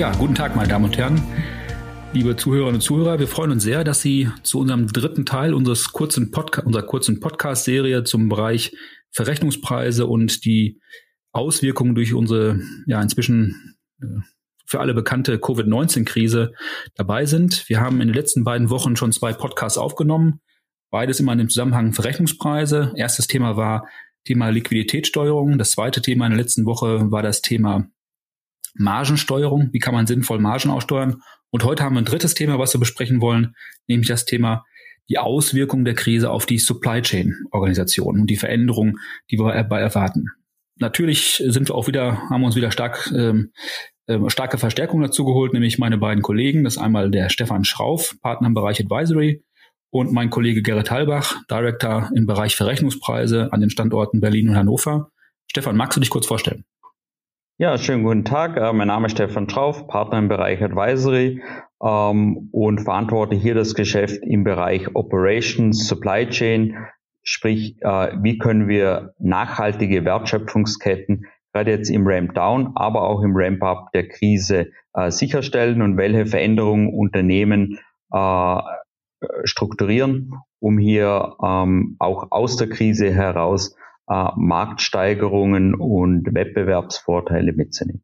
Ja, guten Tag, meine Damen und Herren, liebe Zuhörerinnen und Zuhörer. Wir freuen uns sehr, dass Sie zu unserem dritten Teil unserer kurzen Podcast-Serie zum Bereich Verrechnungspreise und die Auswirkungen durch unsere inzwischen für alle bekannte Covid-19-Krise dabei sind. Wir haben in den letzten beiden Wochen schon 2 Podcasts aufgenommen, beides immer im Zusammenhang Verrechnungspreise. Erstes Thema war Thema Liquiditätssteuerung. Das zweite Thema in der letzten Woche war das Thema Margensteuerung. Wie kann man sinnvoll Margen aussteuern? Und heute haben wir ein drittes Thema, was wir besprechen wollen, nämlich das Thema die Auswirkungen der Krise auf die Supply Chain Organisation und die Veränderungen, die wir dabei erwarten. Natürlich haben wir uns wieder starke Verstärkung dazu geholt, nämlich meine beiden Kollegen. Das ist einmal der Stefan Schrauf, Partner im Bereich Advisory, und mein Kollege Gerrit Halbach, Director im Bereich Verrechnungspreise an den Standorten Berlin und Hannover. Stefan, magst du dich kurz vorstellen? Ja, schönen guten Tag. Mein Name ist Stefan Schrauf, Partner im Bereich Advisory und verantworte hier das Geschäft im Bereich Operations, Supply Chain, sprich, wie können wir nachhaltige Wertschöpfungsketten gerade jetzt im Ramp-Down, aber auch im Ramp-Up der Krise sicherstellen und welche Veränderungen Unternehmen strukturieren, um hier auch aus der Krise heraus Marktsteigerungen und Wettbewerbsvorteile mitzunehmen.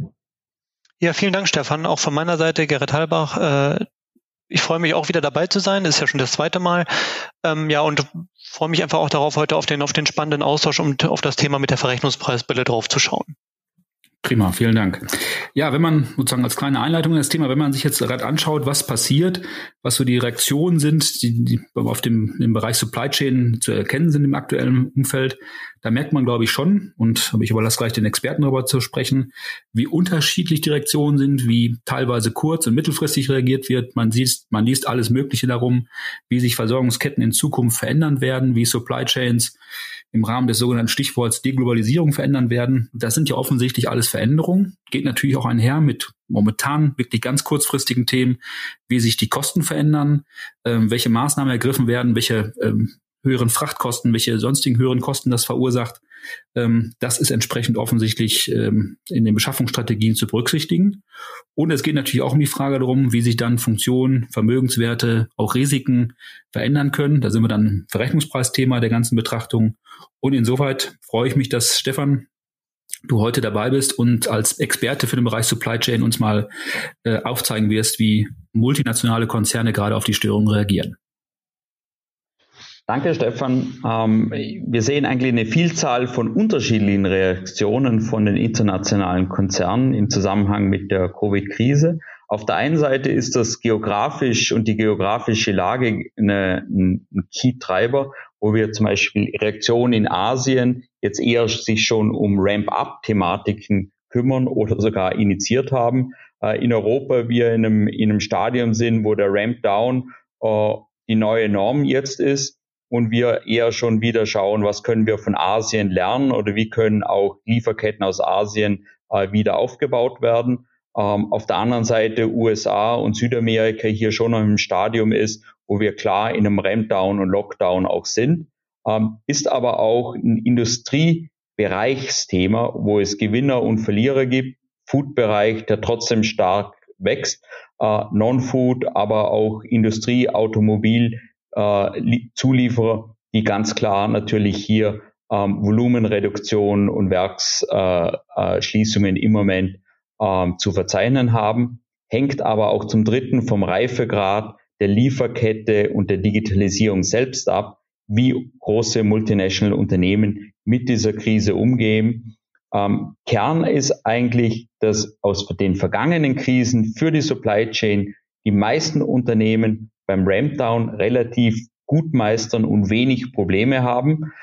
Ja, vielen Dank, Stefan. Auch von meiner Seite, Gerrit Halbach. Ich freue mich auch wieder dabei zu sein. Das ist ja schon das zweite Mal. Und freue mich einfach auch darauf, heute auf den spannenden Austausch und auf das Thema mit der Verrechnungspreisbrille drauf zu schauen. Prima, vielen Dank. Ja, wenn man sozusagen als kleine Einleitung in das Thema, wenn man sich jetzt gerade anschaut, was passiert, was so die Reaktionen sind, die im Bereich Supply Chain zu erkennen sind im aktuellen Umfeld, da merkt man, glaube ich, schon, und ich überlasse gleich den Experten darüber zu sprechen, wie unterschiedlich die Reaktionen sind, wie teilweise kurz- und mittelfristig reagiert wird. Man liest alles Mögliche darum, wie sich Versorgungsketten in Zukunft verändern werden, wie Supply Chains im Rahmen des sogenannten Stichworts Deglobalisierung verändern werden. Das sind ja offensichtlich alles Veränderungen. Geht natürlich auch einher mit momentan wirklich ganz kurzfristigen Themen, wie sich die Kosten verändern, welche Maßnahmen ergriffen werden, welche höheren Frachtkosten, welche sonstigen höheren Kosten das verursacht. Das ist entsprechend offensichtlich in den Beschaffungsstrategien zu berücksichtigen. Und es geht natürlich auch um die Frage darum, wie sich dann Funktionen, Vermögenswerte, auch Risiken verändern können. Da sind wir dann im Verrechnungspreisthema der ganzen Betrachtung. Und insoweit freue ich mich, dass Stefan, du heute dabei bist und als Experte für den Bereich Supply Chain uns mal aufzeigen wirst, wie multinationale Konzerne gerade auf die Störungen reagieren. Danke, Stefan. Wir sehen eigentlich eine Vielzahl von unterschiedlichen Reaktionen von den internationalen Konzernen im Zusammenhang mit der Covid-Krise. Auf der einen Seite ist das geografisch und die geografische Lage ein Key-Treiber, wo wir zum Beispiel Reaktionen in Asien jetzt eher sich schon um Ramp-up-Thematiken kümmern oder sogar initiiert haben. In Europa wir in einem Stadium sind, wo der Ramp-down die neue Norm jetzt ist. Und wir eher schon wieder schauen, was können wir von Asien lernen oder wie können auch Lieferketten aus Asien wieder aufgebaut werden. Auf der anderen Seite USA und Südamerika hier schon noch im Stadium ist, wo wir klar in einem Rampdown und Lockdown auch sind. Ist aber auch ein Industriebereichsthema, wo es Gewinner und Verlierer gibt. Food-Bereich, der trotzdem stark wächst. Non-Food, aber auch Industrie, Automobil, Zulieferer, die ganz klar natürlich hier Volumenreduktion und Werksschließungen im Moment zu verzeichnen haben, hängt aber auch zum Dritten vom Reifegrad der Lieferkette und der Digitalisierung selbst ab, wie große multinational Unternehmen mit dieser Krise umgehen. Kern ist eigentlich, dass aus den vergangenen Krisen für die Supply Chain die meisten Unternehmen beim Rampdown relativ gut meistern und wenig Probleme haben,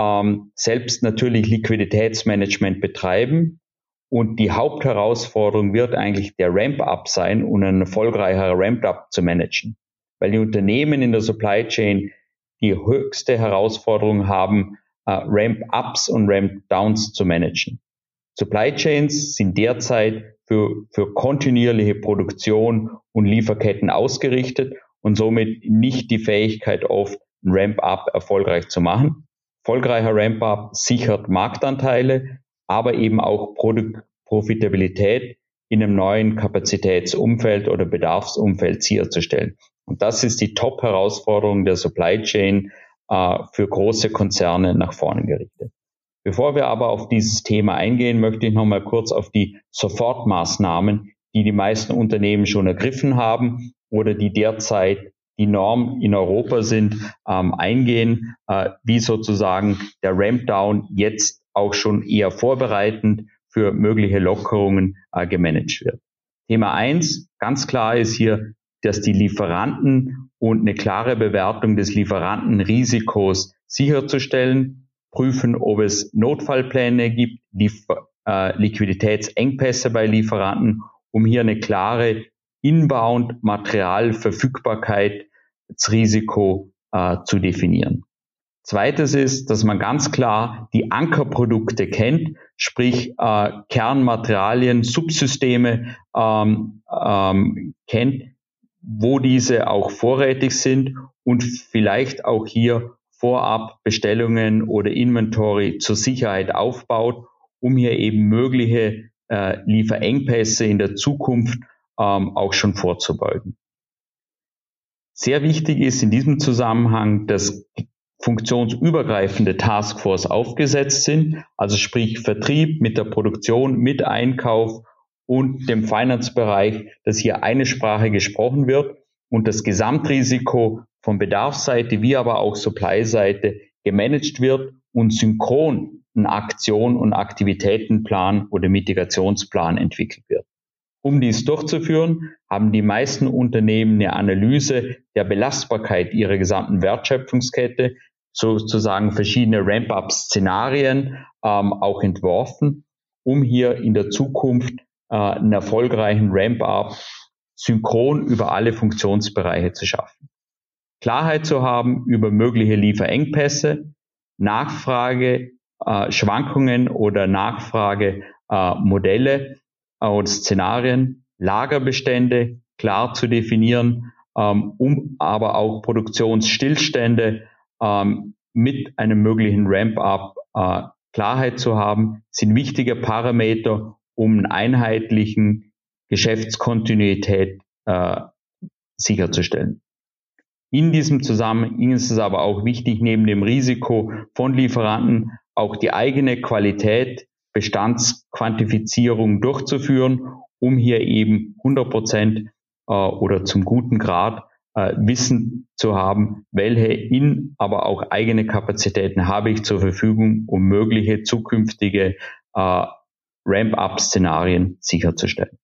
selbst natürlich Liquiditätsmanagement betreiben. Und die Hauptherausforderung wird eigentlich der Ramp-up sein und ein erfolgreicher Ramp-up zu managen. Weil die Unternehmen in der Supply Chain die höchste Herausforderung haben, Ramp-ups und Ramp-downs zu managen. Supply Chains sind derzeit für kontinuierliche Produktion und Lieferketten ausgerichtet und somit nicht die Fähigkeit oft, ein Ramp-up erfolgreich zu machen. Erfolgreicher Ramp-up sichert Marktanteile, aber eben auch Profitabilität in einem neuen Kapazitätsumfeld oder Bedarfsumfeld sicherzustellen. Und das ist die Top-Herausforderung der Supply Chain für große Konzerne nach vorne gerichtet. Bevor wir aber auf dieses Thema eingehen, möchte ich noch mal kurz auf die Sofortmaßnahmen, die meisten Unternehmen schon ergriffen haben oder die derzeit die Norm in Europa sind, eingehen, wie sozusagen der Rampdown jetzt auch schon eher vorbereitend für mögliche Lockerungen gemanagt wird. Thema 1, ganz klar ist hier, dass die Lieferanten und eine klare Bewertung des Lieferantenrisikos sicherzustellen, prüfen, ob es Notfallpläne gibt, Liquiditätsengpässe bei Lieferanten, um hier eine klare Inbound-Materialverfügbarkeitsrisiko zu definieren. Zweites ist, dass man ganz klar die Ankerprodukte kennt, sprich Kernmaterialien, Subsysteme kennt, wo diese auch vorrätig sind und vielleicht auch hier vorab Bestellungen oder Inventory zur Sicherheit aufbaut, um hier eben mögliche Lieferengpässe in der Zukunft auch schon vorzubeugen. Sehr wichtig ist in diesem Zusammenhang, dass funktionsübergreifende Taskforce aufgesetzt sind, also sprich Vertrieb mit der Produktion, mit Einkauf und dem Finance-Bereich, dass hier eine Sprache gesprochen wird und das Gesamtrisiko von Bedarfsseite wie aber auch Supply-Seite gemanagt wird und synchron ein Aktion- und Aktivitätenplan oder Mitigationsplan entwickelt wird. Um dies durchzuführen, haben die meisten Unternehmen eine Analyse der Belastbarkeit ihrer gesamten Wertschöpfungskette, sozusagen verschiedene Ramp-up-Szenarien auch entworfen, um hier in der Zukunft einen erfolgreichen Ramp-up synchron über alle Funktionsbereiche zu schaffen. Klarheit zu haben über mögliche Lieferengpässe, Nachfrage-Schwankungen oder Nachfragemodelle und Szenarien, Lagerbestände klar zu definieren, um aber auch Produktionsstillstände mit einem möglichen Ramp-up Klarheit zu haben, sind wichtige Parameter, um einen einheitlichen Geschäftskontinuität sicherzustellen. In diesem Zusammenhang ist es aber auch wichtig, neben dem Risiko von Lieferanten auch die eigene Qualität, Bestandsquantifizierung durchzuführen, um hier eben 100% oder zum guten Grad Wissen zu haben, welche aber auch eigene Kapazitäten habe ich zur Verfügung, um mögliche zukünftige Ramp-up-Szenarien sicherzustellen.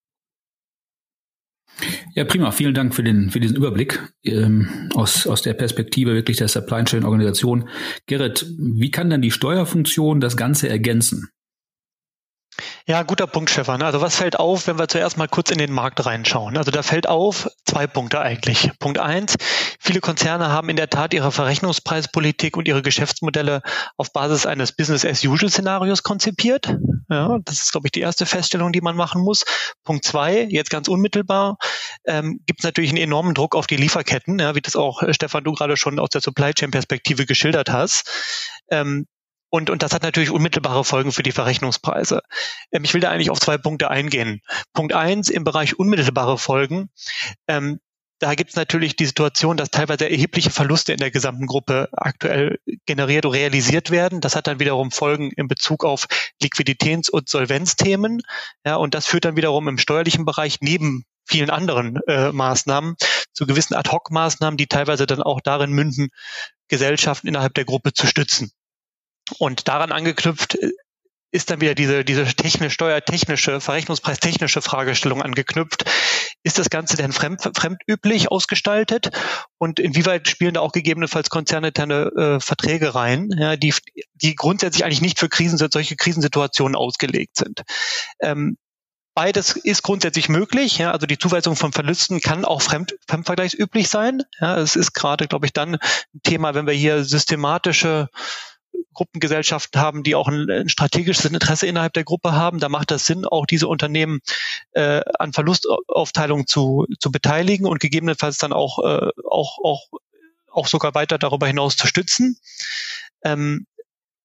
Ja, prima. Vielen Dank für diesen Überblick aus der Perspektive wirklich der Supply Chain Organisation. Gerrit, wie kann denn die Steuerfunktion das Ganze ergänzen? Ja, guter Punkt, Stefan. Also was fällt auf, wenn wir zuerst mal kurz in den Markt reinschauen? Also da fällt auf 2 Punkte eigentlich. Punkt 1, viele Konzerne haben in der Tat ihre Verrechnungspreispolitik und ihre Geschäftsmodelle auf Basis eines Business-as-usual-Szenarios konzipiert. Ja, das ist, glaube ich, die erste Feststellung, die man machen muss. Punkt 2, jetzt ganz unmittelbar, gibt es natürlich einen enormen Druck auf die Lieferketten, ja, wie das auch, Stefan, du gerade schon aus der Supply-Chain-Perspektive geschildert hast. Und das hat natürlich unmittelbare Folgen für die Verrechnungspreise. Ich will da eigentlich auf 2 Punkte eingehen. Punkt 1, im Bereich unmittelbare Folgen. Da gibt es natürlich die Situation, dass teilweise erhebliche Verluste in der gesamten Gruppe aktuell generiert und realisiert werden. Das hat dann wiederum Folgen in Bezug auf Liquiditäts- und Solvenzthemen. Ja, und das führt dann wiederum im steuerlichen Bereich neben vielen anderen Maßnahmen zu gewissen Ad-Hoc-Maßnahmen, die teilweise dann auch darin münden, Gesellschaften innerhalb der Gruppe zu stützen. Und daran angeknüpft ist dann wieder diese steuertechnische, verrechnungspreistechnische Fragestellung angeknüpft. Ist das Ganze denn fremdüblich ausgestaltet? Und inwieweit spielen da auch gegebenenfalls konzerninterne Verträge rein, ja, die grundsätzlich eigentlich nicht für solche Krisensituationen ausgelegt sind? Beides ist grundsätzlich möglich. Ja, also die Zuweisung von Verlusten kann auch fremdvergleichsüblich sein. Ja, es ist gerade, glaube ich, dann ein Thema, wenn wir hier systematische Gruppengesellschaften haben, die auch ein strategisches Interesse innerhalb der Gruppe haben. Da macht das Sinn, auch diese Unternehmen an Verlustaufteilung zu beteiligen und gegebenenfalls dann auch sogar weiter darüber hinaus zu stützen.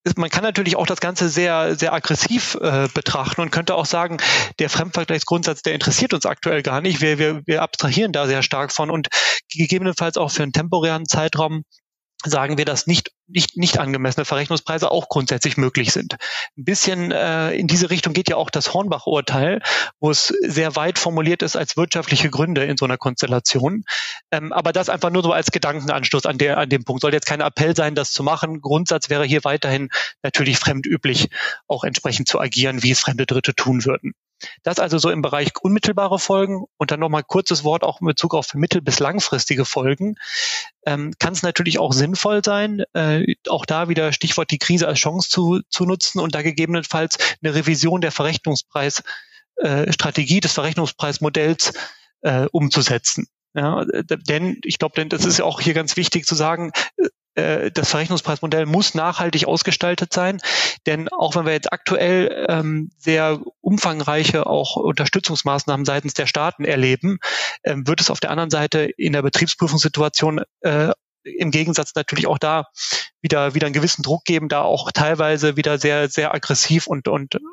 man kann natürlich auch das Ganze sehr, sehr aggressiv betrachten und könnte auch sagen, der Fremdvergleichsgrundsatz, der interessiert uns aktuell gar nicht. Wir abstrahieren da sehr stark von und gegebenenfalls auch für einen temporären Zeitraum sagen wir, dass nicht angemessene Verrechnungspreise auch grundsätzlich möglich sind. Ein bisschen in diese Richtung geht ja auch das Hornbach-Urteil, wo es sehr weit formuliert ist als wirtschaftliche Gründe in so einer Konstellation. Aber das einfach nur so als Gedankenanstoß an dem Punkt. Soll jetzt kein Appell sein, das zu machen. Grundsatz wäre hier weiterhin natürlich fremdüblich, auch entsprechend zu agieren, wie es fremde Dritte tun würden. Das also so im Bereich unmittelbare Folgen und dann nochmal kurzes Wort auch in Bezug auf mittel- bis langfristige Folgen. Kann es natürlich auch sinnvoll sein, auch da wieder Stichwort die Krise als Chance zu nutzen und da gegebenenfalls eine Revision der Verrechnungspreisstrategie, des Verrechnungspreismodells umzusetzen. Ja, denn ich glaube, das ist ja auch hier ganz wichtig zu sagen, das Verrechnungspreismodell muss nachhaltig ausgestaltet sein, denn auch wenn wir jetzt aktuell sehr umfangreiche auch Unterstützungsmaßnahmen seitens der Staaten erleben, wird es auf der anderen Seite in der Betriebsprüfungssituation im Gegensatz natürlich auch da wieder einen gewissen Druck geben, da auch teilweise wieder sehr, sehr aggressiv und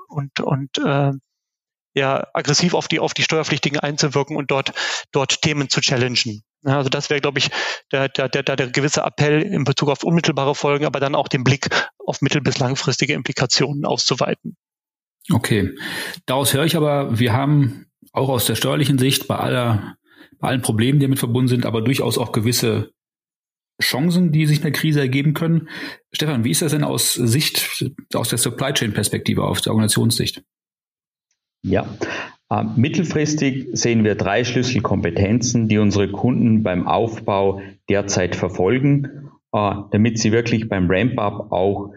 aggressiv auf die Steuerpflichtigen einzuwirken und dort Themen zu challengen. Ja, also das wäre, glaube ich, der gewisse Appell in Bezug auf unmittelbare Folgen, aber dann auch den Blick auf mittel- bis langfristige Implikationen auszuweiten. Okay. Daraus höre ich aber, wir haben auch aus der steuerlichen Sicht bei allen Problemen, die damit verbunden sind, aber durchaus auch gewisse Chancen, die sich in der Krise ergeben können. Stefan, wie ist das denn aus der Supply Chain Perspektive, aus der Organisationssicht? Ja, mittelfristig sehen wir 3 Schlüsselkompetenzen, die unsere Kunden beim Aufbau derzeit verfolgen, damit sie wirklich beim Ramp-up auch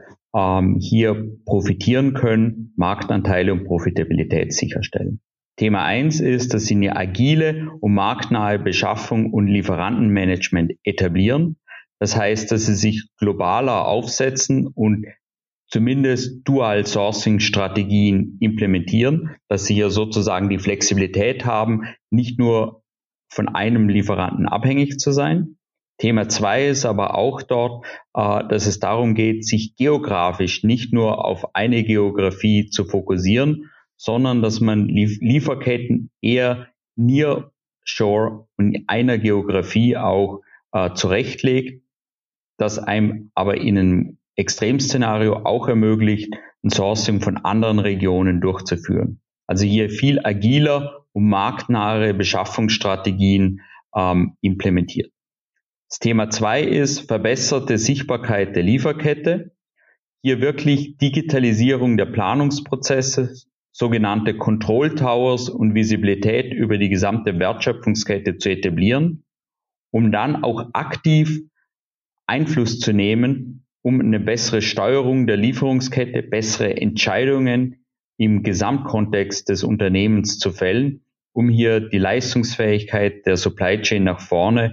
hier profitieren können, Marktanteile und Profitabilität sicherstellen. Thema 1 ist, dass sie eine agile und marktnahe Beschaffung und Lieferantenmanagement etablieren. Das heißt, dass sie sich globaler aufsetzen und zumindest Dual-Sourcing-Strategien implementieren, dass sie hier sozusagen die Flexibilität haben, nicht nur von einem Lieferanten abhängig zu sein. Thema 2 ist aber auch dort, dass es darum geht, sich geografisch nicht nur auf eine Geografie zu fokussieren, sondern dass man Lieferketten eher nearshore und in einer Geografie auch zurechtlegt, das einem aber in einem Extremszenario auch ermöglicht, ein Sourcing von anderen Regionen durchzuführen. Also hier viel agiler und marktnahe Beschaffungsstrategien implementiert. Das Thema 2 ist verbesserte Sichtbarkeit der Lieferkette. Hier wirklich Digitalisierung der Planungsprozesse, sogenannte Control Towers und Visibilität über die gesamte Wertschöpfungskette zu etablieren, um dann auch aktiv Einfluss zu nehmen, um eine bessere Steuerung der Lieferungskette, bessere Entscheidungen im Gesamtkontext des Unternehmens zu fällen, um hier die Leistungsfähigkeit der Supply Chain nach vorne,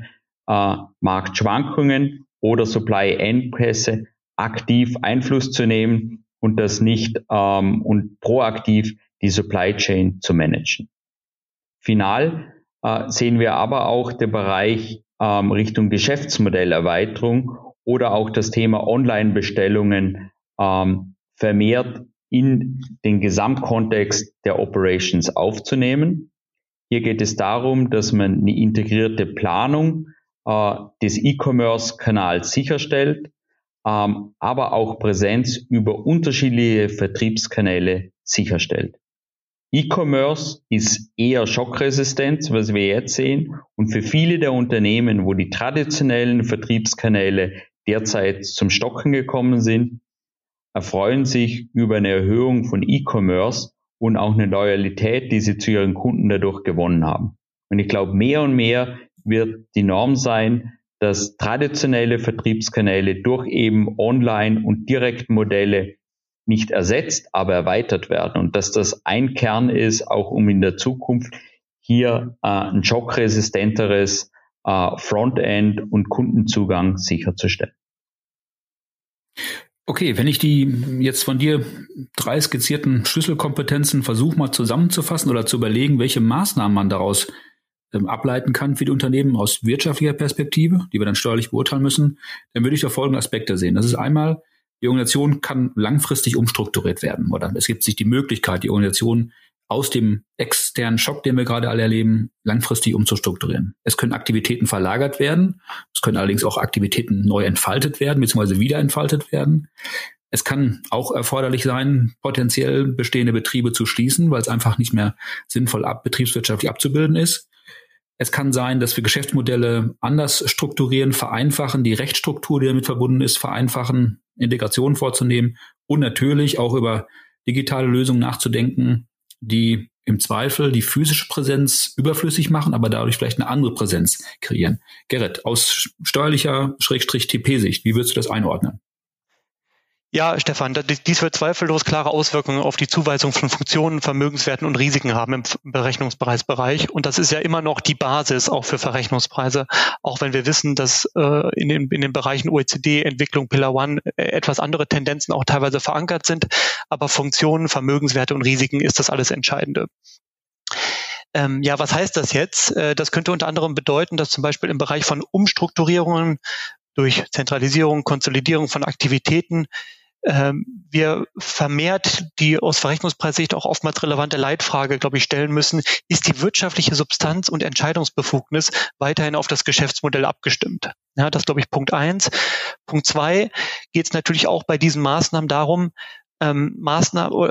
Marktschwankungen oder Supply-Engpässe aktiv Einfluss zu nehmen und das nicht und proaktiv die Supply Chain zu managen. Final sehen wir aber auch den Bereich Richtung Geschäftsmodellerweiterung oder auch das Thema Online-Bestellungen vermehrt in den Gesamtkontext der Operations aufzunehmen. Hier geht es darum, dass man eine integrierte Planung des E-Commerce-Kanals sicherstellt, aber auch Präsenz über unterschiedliche Vertriebskanäle sicherstellt. E-Commerce ist eher schockresistent, was wir jetzt sehen. Und für viele der Unternehmen, wo die traditionellen Vertriebskanäle derzeit zum Stocken gekommen sind, erfreuen sich über eine Erhöhung von E-Commerce und auch eine Loyalität, die sie zu ihren Kunden dadurch gewonnen haben. Und ich glaube, mehr und mehr wird die Norm sein, dass traditionelle Vertriebskanäle durch eben Online- und Direktmodelle nicht ersetzt, aber erweitert werden und dass das ein Kern ist, auch um in der Zukunft hier ein schockresistenteres Frontend und Kundenzugang sicherzustellen. Okay, wenn ich die jetzt von dir 3 skizzierten Schlüsselkompetenzen versuche mal zusammenzufassen oder zu überlegen, welche Maßnahmen man daraus ableiten kann für die Unternehmen aus wirtschaftlicher Perspektive, die wir dann steuerlich beurteilen müssen, dann würde ich da folgende Aspekte sehen. Das ist einmal Die Organisation kann langfristig umstrukturiert werden oder es gibt sich die Möglichkeit, die Organisation aus dem externen Schock, den wir gerade alle erleben, langfristig umzustrukturieren. Es können Aktivitäten verlagert werden, es können allerdings auch Aktivitäten neu entfaltet werden, beziehungsweise wieder entfaltet werden. Es kann auch erforderlich sein, potenziell bestehende Betriebe zu schließen, weil es einfach nicht mehr sinnvoll betriebswirtschaftlich abzubilden ist. Es kann sein, dass wir Geschäftsmodelle anders strukturieren, vereinfachen, die Rechtsstruktur, die damit verbunden ist, vereinfachen, Integrationen vorzunehmen und natürlich auch über digitale Lösungen nachzudenken, die im Zweifel die physische Präsenz überflüssig machen, aber dadurch vielleicht eine andere Präsenz kreieren. Gerrit, aus steuerlicher /TP-Sicht, wie würdest du das einordnen? Ja, Stefan, dies wird zweifellos klare Auswirkungen auf die Zuweisung von Funktionen, Vermögenswerten und Risiken haben im Berechnungspreisbereich. Und das ist ja immer noch die Basis auch für Verrechnungspreise, auch wenn wir wissen, dass in den Bereichen OECD, Entwicklung, Pillar One etwas andere Tendenzen auch teilweise verankert sind. Aber Funktionen, Vermögenswerte und Risiken ist das alles Entscheidende. Ja, was heißt das jetzt? Das könnte unter anderem bedeuten, dass zum Beispiel im Bereich von Umstrukturierungen durch Zentralisierung, Konsolidierung von Aktivitäten wir vermehrt die aus Verrechnungspreissicht auch oftmals relevante Leitfrage, glaube ich, stellen müssen, ist die wirtschaftliche Substanz und Entscheidungsbefugnis weiterhin auf das Geschäftsmodell abgestimmt? Ja, das ist, glaube ich, Punkt 1. Punkt 2 geht es natürlich auch bei diesen Maßnahmen darum, Maßnahmen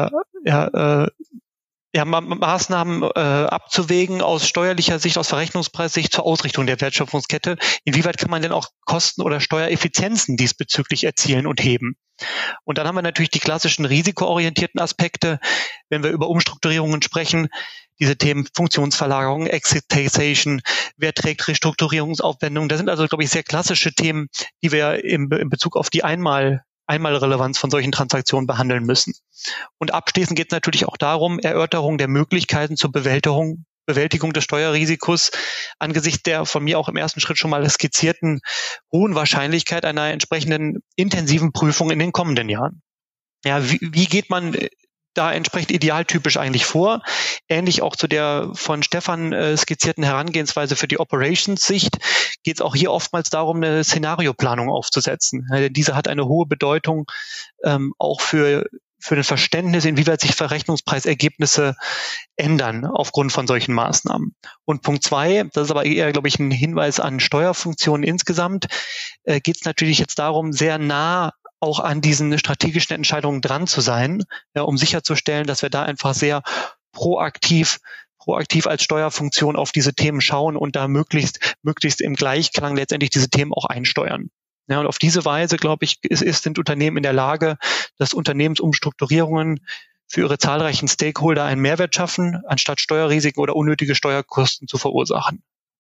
abzuwägen aus steuerlicher Sicht, aus Verrechnungspreissicht zur Ausrichtung der Wertschöpfungskette. Inwieweit kann man denn auch Kosten- oder Steuereffizienzen diesbezüglich erzielen und heben? Und dann haben wir natürlich die klassischen risikoorientierten Aspekte, wenn wir über Umstrukturierungen sprechen, diese Themen Funktionsverlagerung, Exit-Taxation, wer trägt Restrukturierungsaufwendungen. Das sind also, glaube ich, sehr klassische Themen, die wir in Bezug auf die Einmalrelevanz von solchen Transaktionen behandeln müssen. Und abschließend geht es natürlich auch darum, Erörterung der Möglichkeiten zur Bewältigung des Steuerrisikos angesichts der von mir auch im ersten Schritt schon mal skizzierten hohen Wahrscheinlichkeit einer entsprechenden intensiven Prüfung in den kommenden Jahren. Ja, wie geht man da entsprechend idealtypisch eigentlich vor? Ähnlich auch zu der von Stefan skizzierten Herangehensweise für die Operations-Sicht geht es auch hier oftmals darum, eine Szenarioplanung aufzusetzen. Ja, diese hat eine hohe Bedeutung auch für das Verständnis, inwieweit sich Verrechnungspreisergebnisse ändern aufgrund von solchen Maßnahmen. Und Punkt 2, das ist aber eher, glaube ich, ein Hinweis an Steuerfunktionen insgesamt, geht es natürlich jetzt darum, sehr nah auch an diesen strategischen Entscheidungen dran zu sein, ja, um sicherzustellen, dass wir da einfach sehr proaktiv als Steuerfunktion auf diese Themen schauen und da möglichst im Gleichklang letztendlich diese Themen auch einsteuern. Ja, und auf diese Weise, glaube ich, sind Unternehmen in der Lage, dass Unternehmensumstrukturierungen für ihre zahlreichen Stakeholder einen Mehrwert schaffen, anstatt Steuerrisiken oder unnötige Steuerkosten zu verursachen.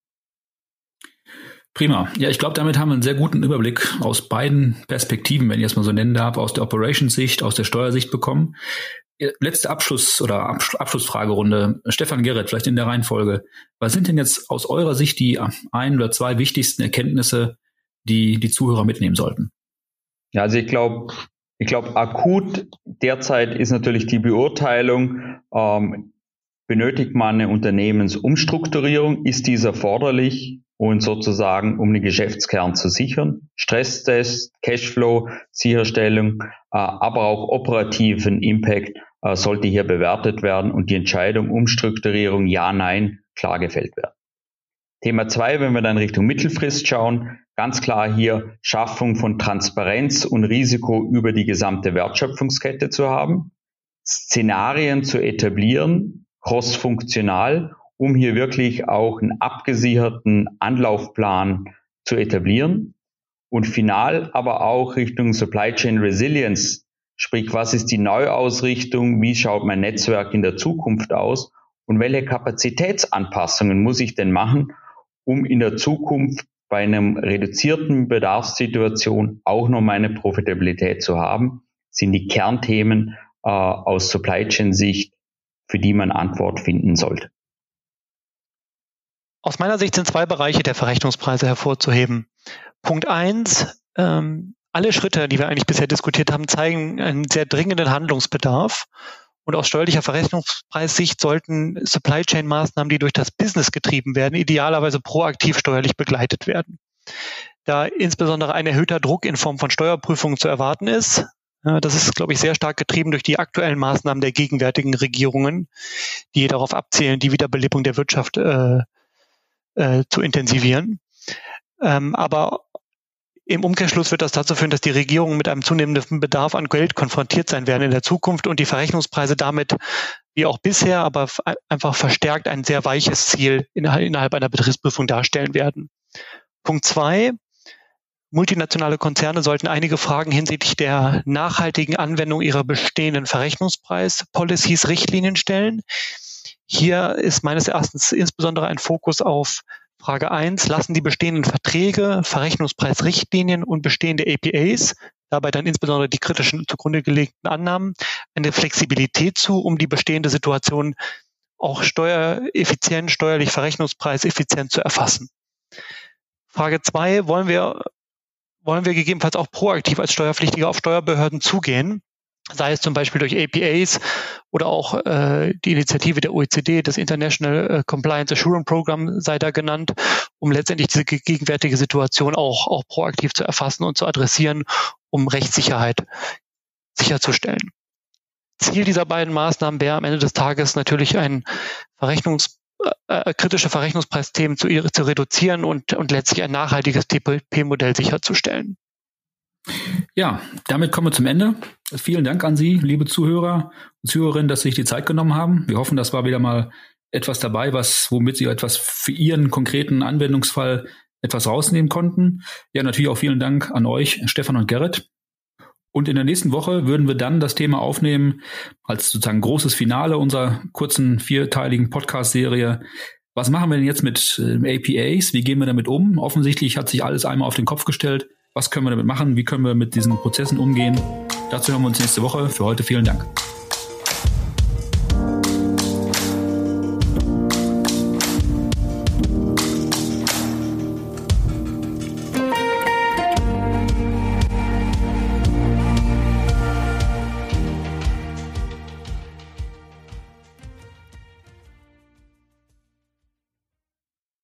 Prima. Ja, ich glaube, damit haben wir einen sehr guten Überblick aus beiden Perspektiven, wenn ich es mal so nennen darf, aus der Operations-Sicht, aus der Steuersicht bekommen. Letzte Abschlussfragerunde. Stefan, Gerrit, vielleicht in der Reihenfolge. Was sind denn jetzt aus eurer Sicht die ein oder zwei wichtigsten Erkenntnisse, die Zuhörer mitnehmen sollten? Ja, also ich glaube, akut derzeit ist natürlich die Beurteilung, benötigt man eine Unternehmensumstrukturierung, ist dies erforderlich und sozusagen, um den Geschäftskern zu sichern, Stresstest, Cashflow, Sicherstellung, aber auch operativen Impact sollte hier bewertet werden und die Entscheidung Umstrukturierung ja, nein, klar gefällt werden. Thema 2, wenn wir dann Richtung Mittelfrist schauen, ganz klar hier Schaffung von Transparenz und Risiko über die gesamte Wertschöpfungskette zu haben, Szenarien zu etablieren, crossfunktional, um hier wirklich auch einen abgesicherten Anlaufplan zu etablieren und final aber auch Richtung Supply Chain Resilience, sprich was ist die Neuausrichtung, wie schaut mein Netzwerk in der Zukunft aus und welche Kapazitätsanpassungen muss ich denn machen, um in der Zukunft bei einem reduzierten Bedarfssituation auch noch meine Profitabilität zu haben, sind die Kernthemen aus Supply Chain Sicht, für die man Antwort finden sollte. Aus meiner Sicht sind 2 Bereiche der Verrechnungspreise hervorzuheben. Punkt 1, alle Schritte, die wir eigentlich bisher diskutiert haben, zeigen einen sehr dringenden Handlungsbedarf. Und aus steuerlicher Verrechnungspreissicht sollten Supply Chain Maßnahmen, die durch das Business getrieben werden, idealerweise proaktiv steuerlich begleitet werden. da insbesondere ein erhöhter Druck in Form von Steuerprüfungen zu erwarten ist. Das ist, glaube ich, sehr stark getrieben durch die aktuellen Maßnahmen der gegenwärtigen Regierungen, die darauf abzielen, die Wiederbelebung der Wirtschaft zu intensivieren. Aber im Umkehrschluss wird das dazu führen, dass die Regierungen mit einem zunehmenden Bedarf an Geld konfrontiert sein werden in der Zukunft und die Verrechnungspreise damit, wie auch bisher, aber einfach verstärkt ein sehr weiches Ziel innerhalb einer Betriebsprüfung darstellen werden. Punkt 2. Multinationale Konzerne sollten einige Fragen hinsichtlich der nachhaltigen Anwendung ihrer bestehenden Verrechnungspreis-Policies, Richtlinien stellen. Hier ist meines Erachtens insbesondere ein Fokus auf Frage 1, lassen die bestehenden Verträge, Verrechnungspreisrichtlinien und bestehende APAs, dabei dann insbesondere die kritischen zugrunde gelegten Annahmen, eine Flexibilität zu, um die bestehende Situation auch steuereffizient, steuerlich verrechnungspreiseffizient zu erfassen. Frage 2, wollen wir gegebenenfalls auch proaktiv als Steuerpflichtiger auf Steuerbehörden zugehen, sei es zum Beispiel durch APAs oder auch die Initiative der OECD, das International Compliance Assurance Program sei da genannt, um letztendlich diese gegenwärtige Situation auch proaktiv zu erfassen und zu adressieren, um Rechtssicherheit sicherzustellen. Ziel dieser beiden Maßnahmen wäre am Ende des Tages natürlich ein kritische Verrechnungspreisthemen zu reduzieren und letztlich ein nachhaltiges TPP-Modell sicherzustellen. Ja, damit kommen wir zum Ende. Vielen Dank an Sie, liebe Zuhörer und Zuhörerinnen, dass Sie sich die Zeit genommen haben. Wir hoffen, das war wieder mal etwas dabei, womit Sie etwas für Ihren konkreten Anwendungsfall etwas rausnehmen konnten. Ja, natürlich auch vielen Dank an euch, Stefan und Gerrit. Und in der nächsten Woche würden wir dann das Thema aufnehmen als sozusagen großes Finale unserer kurzen 4-teiligen Podcast-Serie. Was machen wir denn jetzt mit APAs? Wie gehen wir damit um? Offensichtlich hat sich alles einmal auf den Kopf gestellt. Was können wir damit machen? Wie können wir mit diesen Prozessen umgehen? Dazu hören wir uns nächste Woche. Für heute vielen Dank.